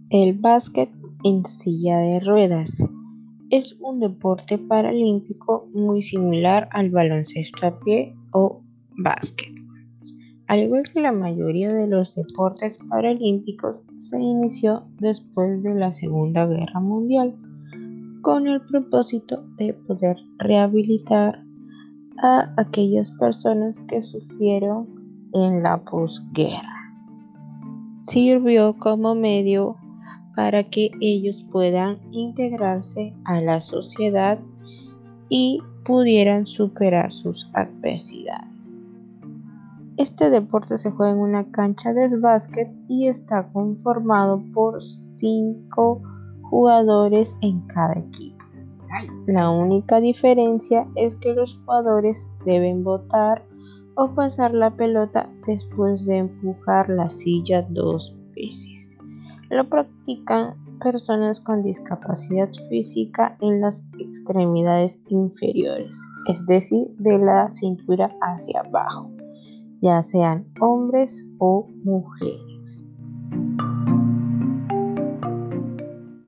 El básquet en silla de ruedas es un deporte paralímpico muy similar al baloncesto a pie o básquet. Al igual que la mayoría de los deportes paralímpicos, se inició después de la Segunda Guerra Mundial con el propósito de poder rehabilitar a aquellas personas que sufrieron en la posguerra. Sirvió como medio para que ellos puedan integrarse a la sociedad y pudieran superar sus adversidades. Este deporte se juega en una cancha de básquet y está conformado por 5 jugadores en cada equipo. La única diferencia es que los jugadores deben botar o pasar la pelota después de empujar la silla 2 veces. Lo practican personas con discapacidad física en las extremidades inferiores, es decir, de la cintura hacia abajo, ya sean hombres o mujeres.